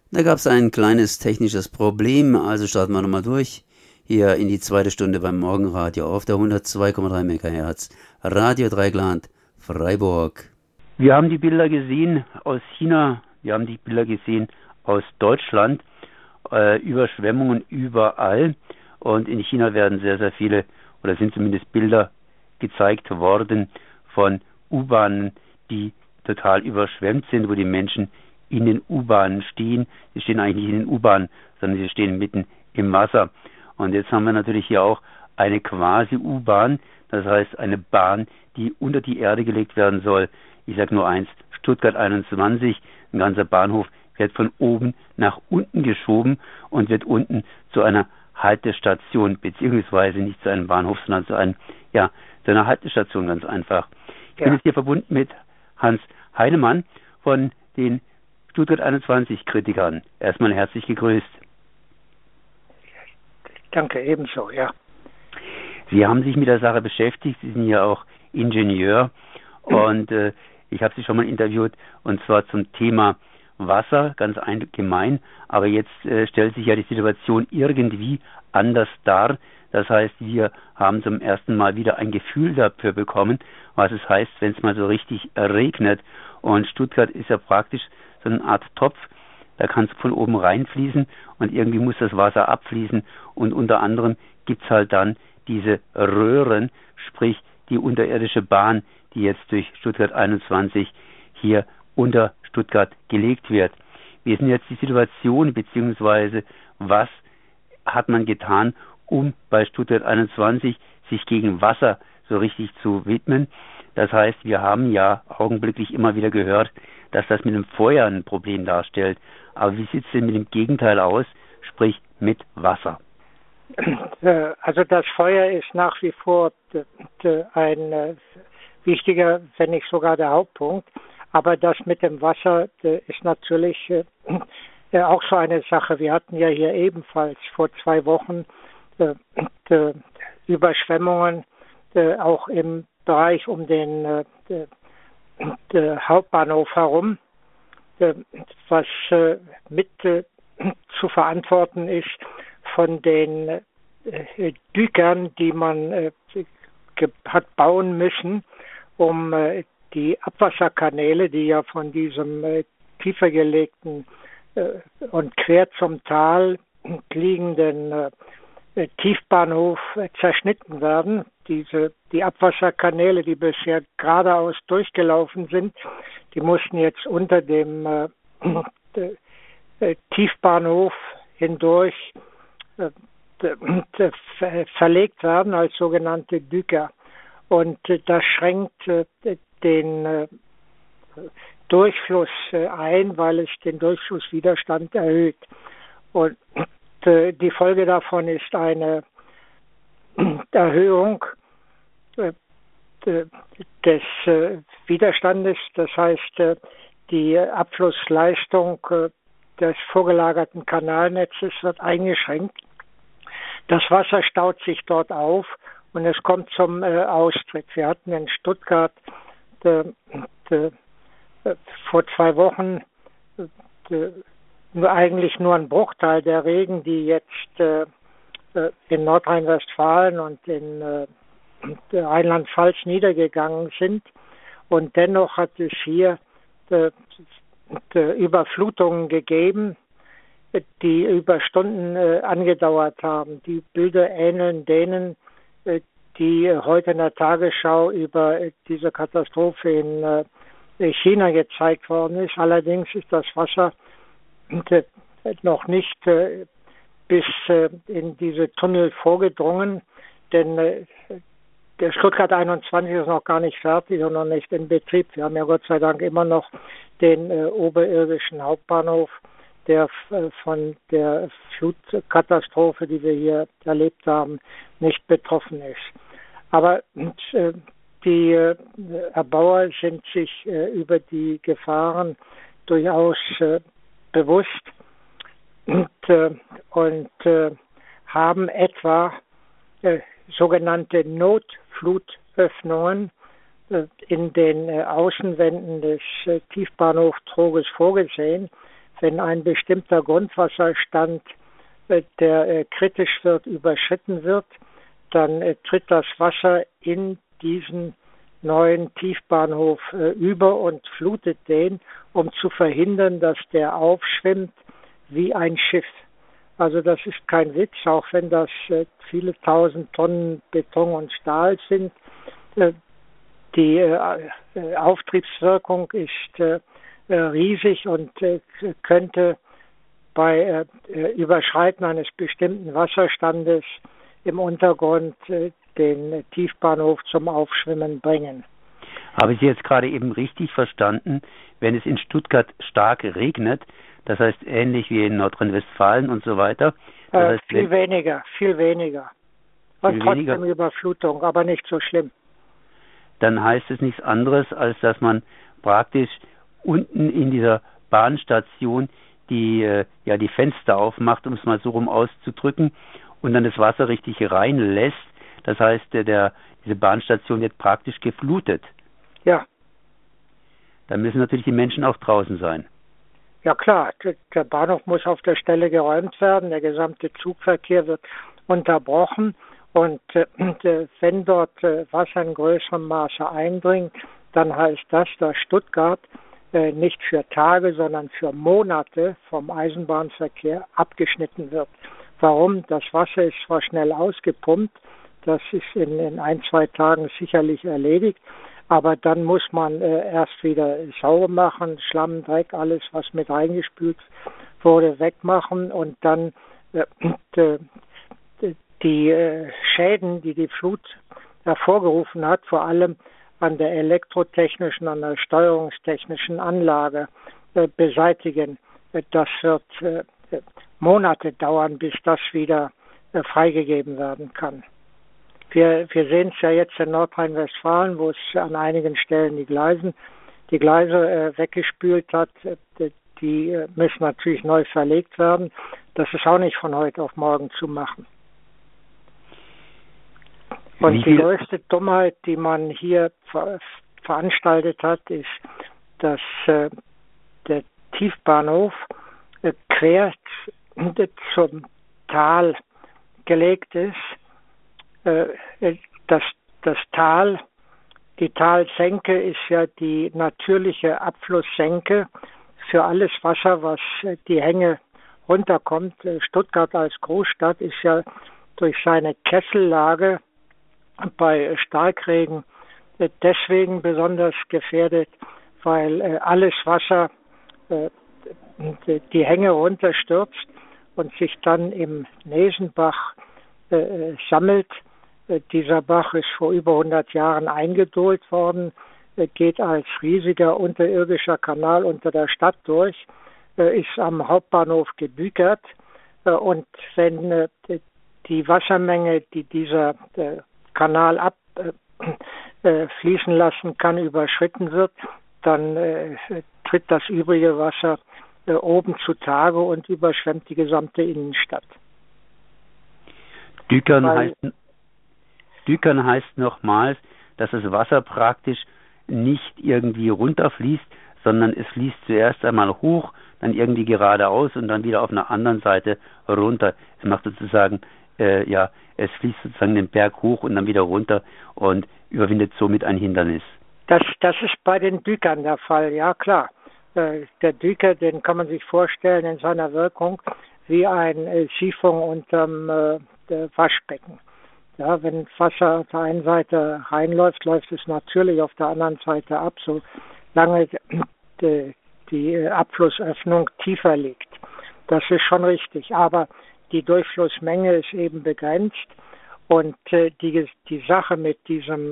Da gab es ein kleines technisches Problem, also starten wir nochmal durch. Hier in die zweite Stunde beim Morgenradio auf der 102,3 MHz. Radio Dreigland, Freiburg. Wir haben die Bilder gesehen aus China, wir haben die Bilder gesehen aus Deutschland, Überschwemmungen überall. Und in China werden sehr, sehr viele, oder sind zumindest Bilder gezeigt worden von U-Bahnen, die total überschwemmt sind, wo die Menschen in den U-Bahnen stehen. Sie stehen eigentlich nicht in den U-Bahnen, sondern sie stehen mitten im Wasser. Und jetzt haben wir natürlich hier auch eine Quasi-U-Bahn, das heißt eine Bahn, die unter die Erde gelegt werden soll. Ich sage nur eins, Stuttgart 21, ein ganzer Bahnhof wird von oben nach unten geschoben und wird unten zu einer Haltestation, beziehungsweise nicht zu einem Bahnhof, sondern zu einer Haltestation, ganz einfach. Ich bin jetzt hier verbunden mit Hans Heinemann von den Stuttgart 21 Kritikern. Erstmal herzlich gegrüßt. Danke, ebenso, ja. Sie haben sich mit der Sache beschäftigt, Sie sind ja auch Ingenieur und ich habe Sie schon mal interviewt und zwar zum Thema Wasser, ganz allgemein, aber jetzt stellt sich ja die Situation irgendwie anders dar. Das heißt, wir haben zum ersten Mal wieder ein Gefühl dafür bekommen, was es heißt, wenn es mal so richtig regnet. Und Stuttgart ist ja praktisch so eine Art Topf, da kann es von oben reinfließen und irgendwie muss das Wasser abfließen und unter anderem gibt es halt dann diese Röhren, sprich die unterirdische Bahn, die jetzt durch Stuttgart 21 hier unter Stuttgart gelegt wird. Wie ist denn jetzt die Situation, beziehungsweise was hat man getan, um bei Stuttgart 21 sich gegen Wasser so richtig zu widmen? Das heißt, wir haben ja augenblicklich immer wieder gehört, dass das mit dem Feuer ein Problem darstellt. Aber wie sieht es denn mit dem Gegenteil aus, sprich mit Wasser? Also das Feuer ist nach wie vor ein wichtiger, wenn nicht sogar der Hauptpunkt. Aber das mit dem Wasser ist natürlich auch so eine Sache. Wir hatten ja hier ebenfalls vor 2 Wochen Überschwemmungen, auch im Bereich um den Hauptbahnhof herum, was mit zu verantworten ist von den Dükern, die man hat bauen müssen, um die Abwasserkanäle, die ja von diesem tiefer gelegten und quer zum Tal liegenden Tiefbahnhof zerschnitten werden. Die Abwasserkanäle, die bisher geradeaus durchgelaufen sind, die mussten jetzt unter dem Tiefbahnhof hindurch verlegt werden als sogenannte Düker. Und das schränkt den Durchfluss ein, weil es den Durchflusswiderstand erhöht. Und die Folge davon ist eine Erhöhung des Widerstandes. Das heißt, die Abflussleistung des vorgelagerten Kanalnetzes wird eingeschränkt. Das Wasser staut sich dort auf und es kommt zum Austritt. Wir hatten in Stuttgart vor 2 Wochen eigentlich nur ein Bruchteil der Regen, die jetzt in Nordrhein-Westfalen und in Rheinland-Pfalz niedergegangen sind. Und dennoch hat es hier Überflutungen gegeben, die über Stunden angedauert haben. Die Bilder ähneln denen, die heute in der Tagesschau über diese Katastrophe in China gezeigt worden ist. Allerdings ist das Wasser noch nicht bis in diese Tunnel vorgedrungen, denn der Stuttgart 21 ist noch gar nicht fertig und noch nicht in Betrieb. Wir haben ja Gott sei Dank immer noch den oberirdischen Hauptbahnhof, der von der Flutkatastrophe, die wir hier erlebt haben, nicht betroffen ist. Aber die Erbauer sind sich über die Gefahren durchaus bewusst und haben etwa sogenannte Notflutöffnungen in den Außenwänden des Tiefbahnhoftroges vorgesehen, wenn ein bestimmter Grundwasserstand, der kritisch wird, überschritten wird, dann tritt das Wasser in diesen neuen Tiefbahnhof über und flutet den, um zu verhindern, dass der aufschwimmt wie ein Schiff. Also das ist kein Witz, auch wenn das viele tausend Tonnen Beton und Stahl sind. Die Auftriebswirkung ist riesig und könnte bei Überschreiten eines bestimmten Wasserstandes im Untergrund den Tiefbahnhof zum Aufschwimmen bringen. Habe ich Sie jetzt gerade eben richtig verstanden, wenn es in Stuttgart stark regnet, das heißt ähnlich wie in Nordrhein-Westfalen und so weiter? Das heißt, viel weniger. Und trotzdem Überflutung, aber nicht so schlimm. Dann heißt es nichts anderes, als dass man praktisch unten in dieser Bahnstation die Fenster aufmacht, um es mal so rum auszudrücken, und dann das Wasser richtig reinlässt. Das heißt, diese Bahnstation wird praktisch geflutet. Ja. Dann müssen natürlich die Menschen auch draußen sein. Ja klar, der Bahnhof muss auf der Stelle geräumt werden, der gesamte Zugverkehr wird unterbrochen und wenn dort Wasser in größerem Maße eindringt, dann heißt das, dass Stuttgart nicht für Tage, sondern für Monate vom Eisenbahnverkehr abgeschnitten wird. Warum? Das Wasser ist zwar schnell ausgepumpt, das ist in 1-2 Tagen sicherlich erledigt, aber dann muss man erst wieder sauber machen, Schlamm, Dreck, alles, was mit reingespült wurde, wegmachen und dann die Schäden, die Flut hervorgerufen hat, vor allem an der elektrotechnischen, an der steuerungstechnischen Anlage beseitigen. Das wird Monate dauern, bis das wieder freigegeben werden kann. Wir sehen es ja jetzt in Nordrhein-Westfalen, wo es an einigen Stellen die Gleise weggespült hat. Die müssen natürlich neu verlegt werden. Das ist auch nicht von heute auf morgen zu machen. Und die größte Dummheit, die man hier veranstaltet hat, ist, dass der Tiefbahnhof quer zum Tal gelegt ist. Das Tal, die Talsenke ist ja die natürliche Abflusssenke für alles Wasser, was die Hänge runterkommt. Stuttgart als Großstadt ist ja durch seine Kessellage bei Starkregen deswegen besonders gefährdet, weil alles Wasser die Hänge runterstürzt und sich dann im Nesenbach sammelt. Dieser Bach ist vor über 100 Jahren eingedollt worden, geht als riesiger unterirdischer Kanal unter der Stadt durch, ist am Hauptbahnhof gebügert und wenn die Wassermenge, die dieser Kanal abfließen lassen kann, überschritten wird, dann tritt das übrige Wasser oben zutage und überschwemmt die gesamte Innenstadt. Dükern heißt nochmals, dass das Wasser praktisch nicht irgendwie runterfließt, sondern es fließt zuerst einmal hoch, dann irgendwie geradeaus und dann wieder auf einer anderen Seite runter. Es macht sozusagen, es fließt sozusagen den Berg hoch und dann wieder runter und überwindet somit ein Hindernis. Das ist bei den Dükern der Fall, ja klar. Der Düker, den kann man sich vorstellen in seiner Wirkung wie ein Siphon unterm Waschbecken. Ja, wenn Wasser auf der einen Seite reinläuft, läuft es natürlich auf der anderen Seite ab, solange die Abflussöffnung tiefer liegt. Das ist schon richtig, aber die Durchflussmenge ist eben begrenzt und die Sache mit diesem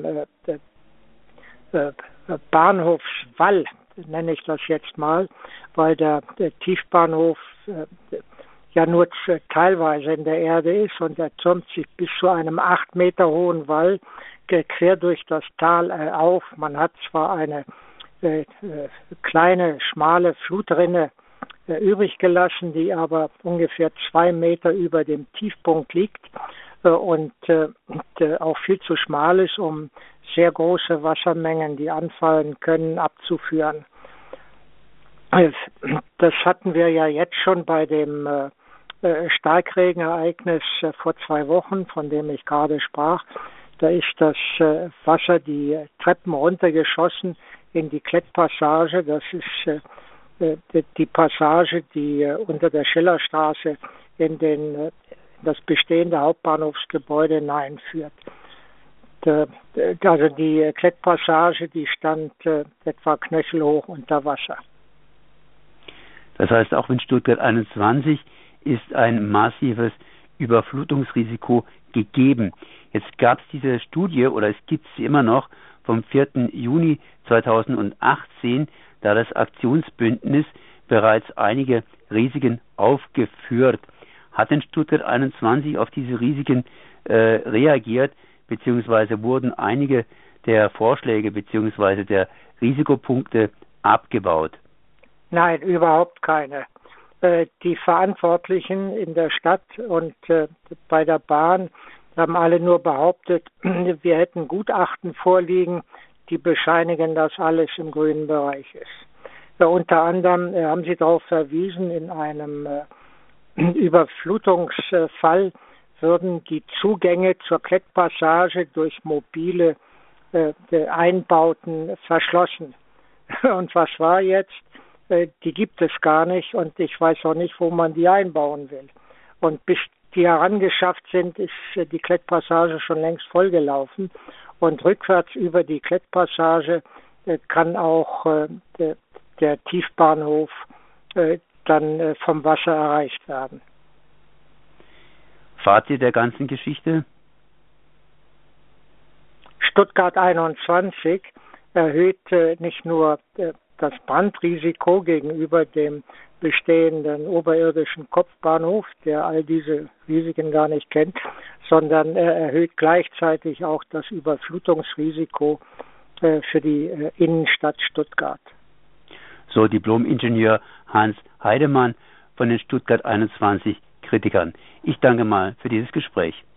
Bahnhofswall, nenne ich das jetzt mal, weil der Tiefbahnhof ja nur teilweise in der Erde ist und er türmt sich bis zu einem 8 Meter hohen Wall quer durch das Tal auf. Man hat zwar eine kleine, schmale Flutrinne übrig gelassen, die aber ungefähr 2 Meter über dem Tiefpunkt liegt und auch viel zu schmal ist, um sehr große Wassermengen, die anfallen können, abzuführen. Das hatten wir ja jetzt schon bei dem Starkregenereignis vor 2 Wochen, von dem ich gerade sprach. Da ist das Wasser die Treppen runtergeschossen in die Klettpassage. Das ist die Passage, die unter der Schillerstraße in das bestehende Hauptbahnhofsgebäude hineinführt. Also die Klettpassage, die stand etwa knöchelhoch unter Wasser. Das heißt, auch in Stuttgart 21 ist ein massives Überflutungsrisiko gegeben. Jetzt gab es diese Studie, oder es gibt sie immer noch, vom 4. Juni 2018, da das Aktionsbündnis bereits einige Risiken aufgeführt. Hat denn Stuttgart 21 auf diese Risiken reagiert, beziehungsweise wurden einige der Vorschläge beziehungsweise der Risikopunkte abgebaut? Nein, überhaupt keine. Die Verantwortlichen in der Stadt und bei der Bahn haben alle nur behauptet, wir hätten Gutachten vorliegen, die bescheinigen, dass alles im grünen Bereich ist. Unter anderem haben sie darauf verwiesen, in einem Überflutungsfall würden die Zugänge zur Klettpassage durch mobile Einbauten verschlossen. Und was war jetzt? Die gibt es gar nicht und ich weiß auch nicht, wo man die einbauen will. Und bis die herangeschafft sind, ist die Klettpassage schon längst vollgelaufen. Und rückwärts über die Klettpassage kann auch der Tiefbahnhof dann vom Wasser erreicht werden. Fazit der ganzen Geschichte? Stuttgart 21 erhöht nicht nur das Brandrisiko gegenüber dem bestehenden oberirdischen Kopfbahnhof, der all diese Risiken gar nicht kennt, sondern erhöht gleichzeitig auch das Überflutungsrisiko für die Innenstadt Stuttgart. So Diplom-Ingenieur Hans Heidemann von den Stuttgart 21 Kritikern. Ich danke mal für dieses Gespräch.